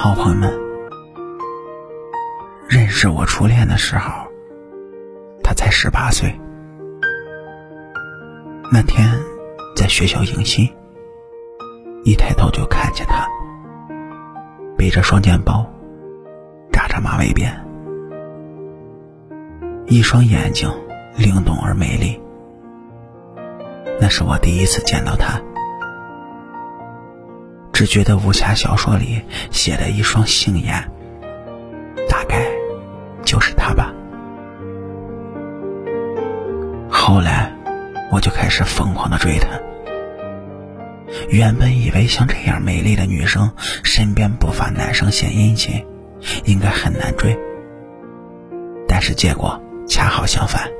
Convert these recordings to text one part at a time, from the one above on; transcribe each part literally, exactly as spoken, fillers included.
好朋友们，认识我初恋的时候，他才十八岁。那天在学校迎新，一抬头就看见他背着双肩包，扎着马尾辫，一双眼睛灵动而美丽。那是我第一次见到他，只觉得武侠小说里写的一双杏眼，大概就是他吧。后来我就开始疯狂地追她。原本以为像这样美丽的女生身边不乏男生献殷勤，应该很难追，但是结果恰好相反，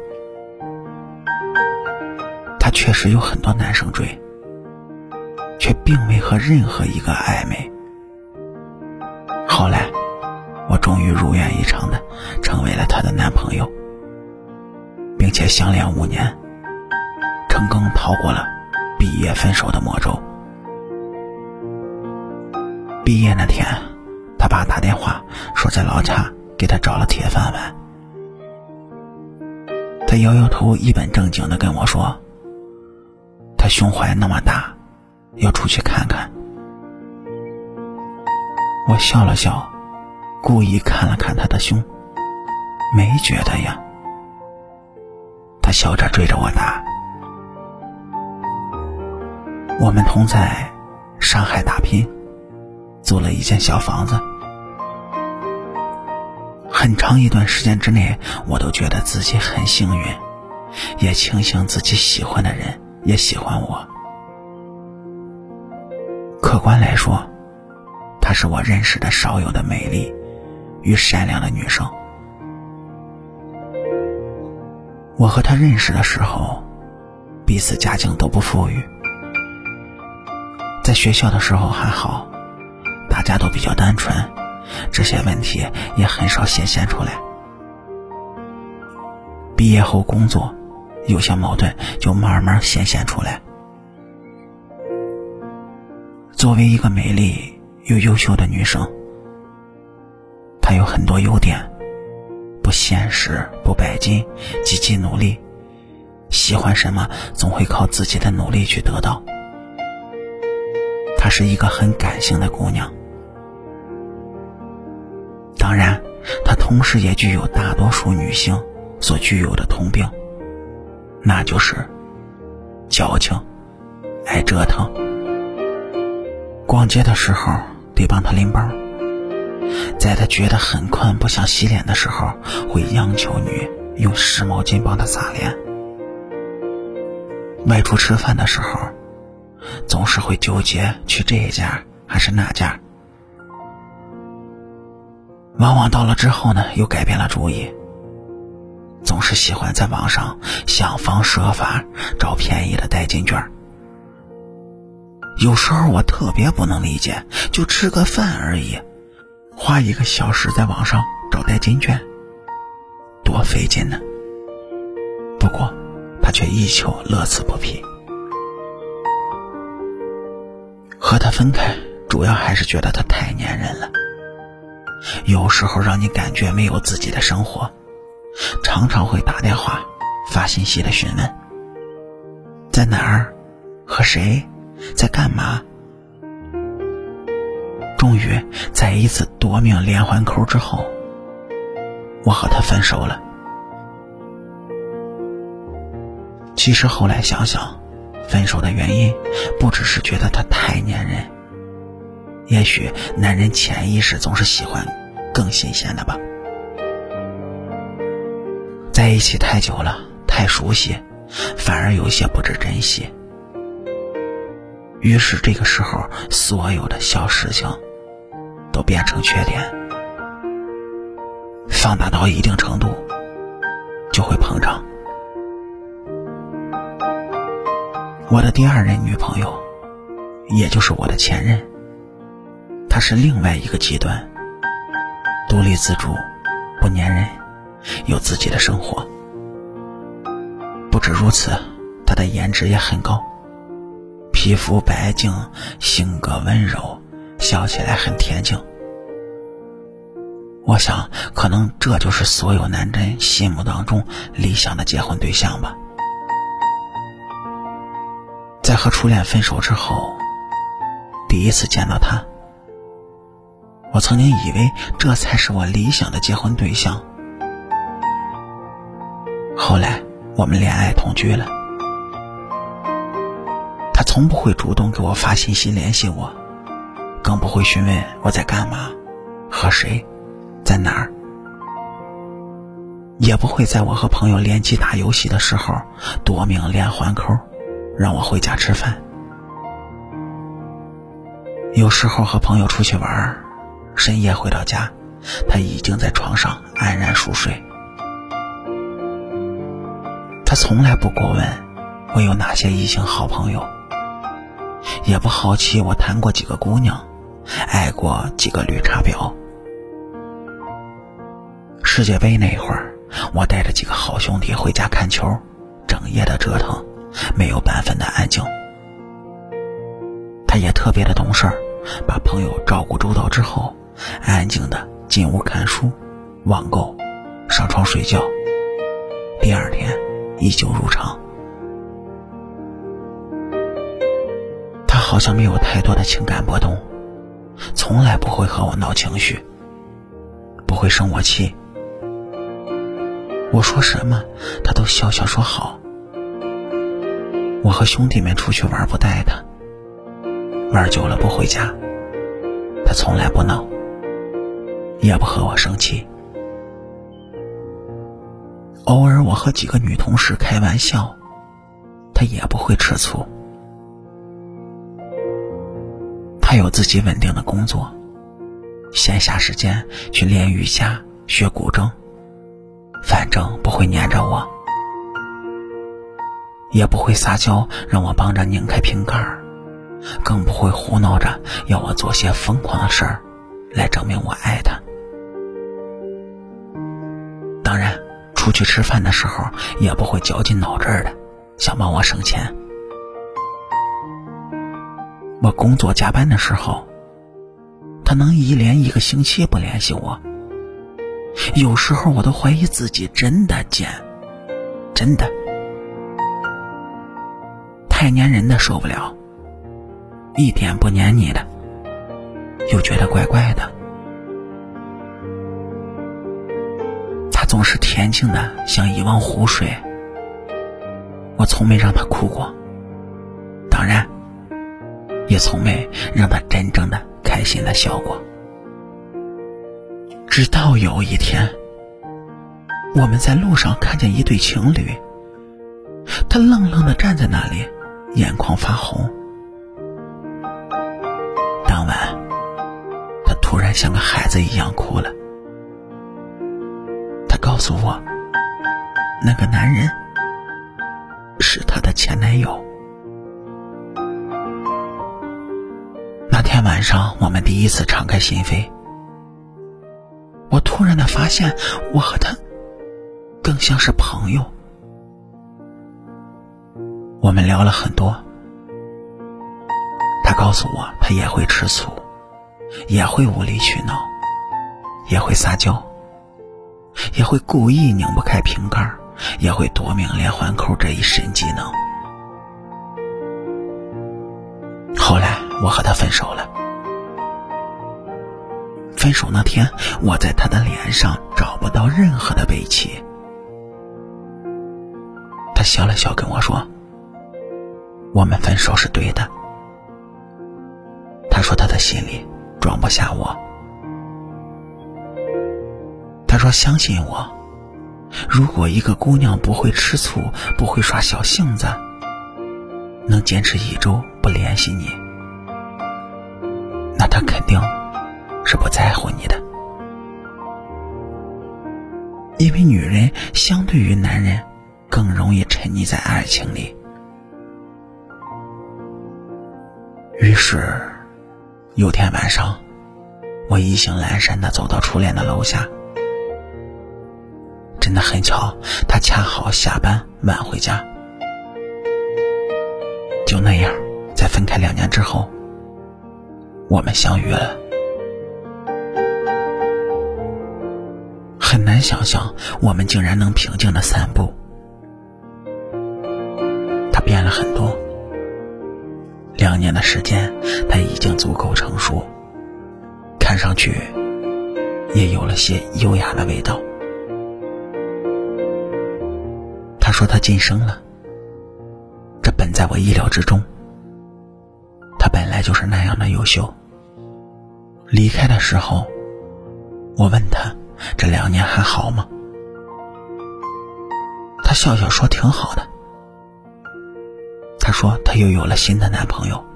她确实有很多男生追，却并未和任何一个暧昧。后来我终于如愿以偿地成为了她的男朋友，并且相恋五年，成功逃过了毕业分手的魔咒。毕业那天，他爸打电话说在老家给他找了铁饭碗。他摇摇头，一本正经地跟我说，他胸怀那么大，要出去看看。我笑了笑，故意看了看他的胸，没觉得呀。他笑着追着我打。我们同在上海打拼，租了一间小房子。很长一段时间之内，我都觉得自己很幸运，也庆幸自己喜欢的人也喜欢我。客观来说，她是我认识的少有的美丽与善良的女生。我和她认识的时候，彼此家境都不富裕。在学校的时候还好，大家都比较单纯，这些问题也很少显现出来。毕业后工作，有些矛盾就慢慢显现出来。作为一个美丽又优秀的女生，她有很多优点，不现实，不拜金，积极努力，喜欢什么总会靠自己的努力去得到。她是一个很感性的姑娘，当然她同时也具有大多数女性所具有的通病，那就是矫情，爱折腾。逛街的时候得帮她拎包，在她觉得很困不想洗脸的时候，会央求女用湿毛巾帮她擦脸。外出吃饭的时候，总是会纠结去这一家还是那家，往往到了之后呢，又改变了主意，总是喜欢在网上想方设法找便宜的代金券。有时候我特别不能理解，就吃个饭而已，花一个小时在网上找代金券，多费劲呢。不过他却依旧乐此不疲。和他分开，主要还是觉得他太粘人了，有时候让你感觉没有自己的生活，常常会打电话发信息的询问在哪儿，和谁，在干嘛。终于在一次夺命连环扣之后，我和他分手了。其实后来想想，分手的原因不只是觉得他太粘人，也许男人潜意识总是喜欢更新鲜的吧。在一起太久了，太熟悉，反而有些不知珍惜。于是这个时候，所有的小事情都变成缺点，放大到一定程度就会膨胀。我的第二任女朋友，也就是我的前任，她是另外一个极端，独立自主，不粘人，有自己的生活。不止如此，她的颜值也很高，皮肤白净，性格温柔，笑起来很恬静， 我想可能这就是所有男人心目当中理想的结婚对象吧。在和初恋分手之后，第一次见到他，我曾经以为这才是我理想的结婚对象。后来我们恋爱同居了，他从不会主动给我发信息联系我，更不会询问我在干嘛，和谁，在哪儿，也不会在我和朋友联机打游戏的时候夺命连环扣，让我回家吃饭。有时候和朋友出去玩，深夜回到家，他已经在床上安然熟睡。他从来不过问我有哪些异性好朋友，也不好奇我谈过几个姑娘，爱过几个绿茶婊。世界杯那会儿，我带着几个好兄弟回家看球，整夜的折腾，没有半分的安静。他也特别的懂事，把朋友照顾周到之后，安静的进屋看书、网购、上床睡觉，第二天依旧如常。他好像没有太多的情感波动，从来不会和我闹情绪，不会生我气。我说什么他都笑笑说好。我和兄弟们出去玩不带他，玩久了不回家，他从来不闹，也不和我生气。偶尔我和几个女同事开玩笑，他也不会吃醋。他有自己稳定的工作，闲暇时间去练瑜伽、学古筝，反正不会黏着我，也不会撒娇让我帮着拧开瓶盖，更不会胡闹着要我做些疯狂的事儿来证明我爱他。当然出去吃饭的时候也不会绞尽脑汁的想帮我省钱。我工作加班的时候，他能一连一个星期不联系我，有时候我都怀疑自己真的贱，真的太粘人的受不了，一点不粘你的又觉得怪怪的。他总是恬静的像一汪湖水，我从没让他哭过，当然也从没让他真正的开心的笑过。直到有一天，我们在路上看见一对情侣，他愣愣地站在那里，眼眶发红。当晚他突然像个孩子一样哭了，他告诉我那个男人是他的前男友。那天晚上我们第一次敞开心扉，我突然的发现我和他更像是朋友。我们聊了很多，他告诉我他也会吃醋，也会无理取闹，也会撒娇，也会故意拧不开瓶盖，也会夺命连环扣这一身技能。后来我和他分手了。分手那天，我在他的脸上找不到任何的悲戚。他笑了笑跟我说，我们分手是对的。他说他的心里装不下我。他说相信我，如果一个姑娘不会吃醋，不会耍小性子，能坚持一周不联系你，那她肯定是不在乎你的。因为女人相对于男人更容易沉溺在爱情里。于是有天晚上，我意兴阑珊地走到初恋的楼下，真的很巧，他恰好下班晚回家。就那样，在分开两年之后，我们相遇了。 很难想象我们竟然能平静地散步。他变了很多，两年的时间，他已经足够成熟，看上去也有了些优雅的味道。他说他晋升了，这本在我意料之中。他本来就是那样的优秀。离开的时候，我问他这两年还好吗？他笑笑说挺好的。他说他又有了新的男朋友。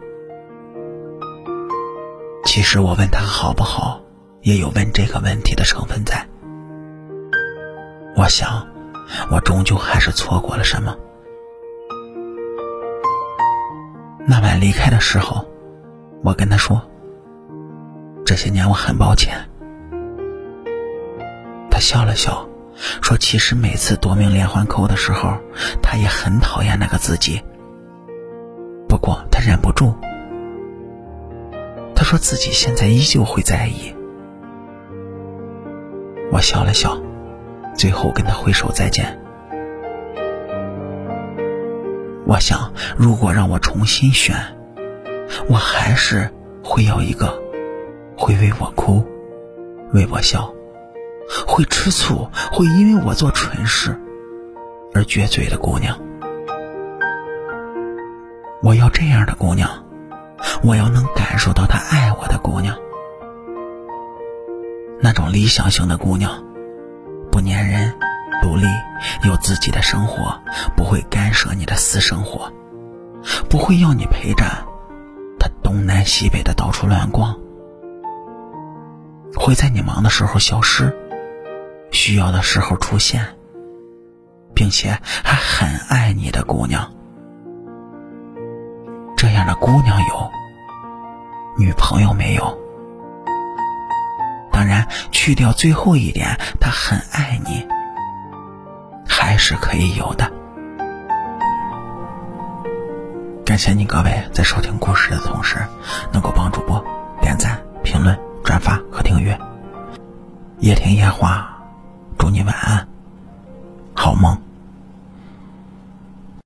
其实我问他好不好，也有问这个问题的成分在。我想我终究还是错过了什么。那晚离开的时候，我跟他说，这些年我很抱歉。他笑了笑，说其实每次夺命连环扣的时候，他也很讨厌那个自己，不过他忍不住。他说自己现在依旧会在意。我笑了笑，最后跟他挥手再见。我想如果让我重新选，我还是会要一个会为我哭，为我笑，会吃醋，会因为我做蠢事而撅嘴的姑娘。我要这样的姑娘，我要能感受到她爱我的姑娘。那种理想型的姑娘，不粘人，独立，有自己的生活，不会干涉你的私生活，不会要你陪着她东南西北的到处乱逛，会在你忙的时候消失，需要的时候出现，并且还很爱你的姑娘。这样的姑娘有，女朋友没有。当然去掉最后一点，她很爱你，还是可以有的。感谢您各位在收听故事的同时，能够帮主播点赞、评论、转发和订阅。夜听夜话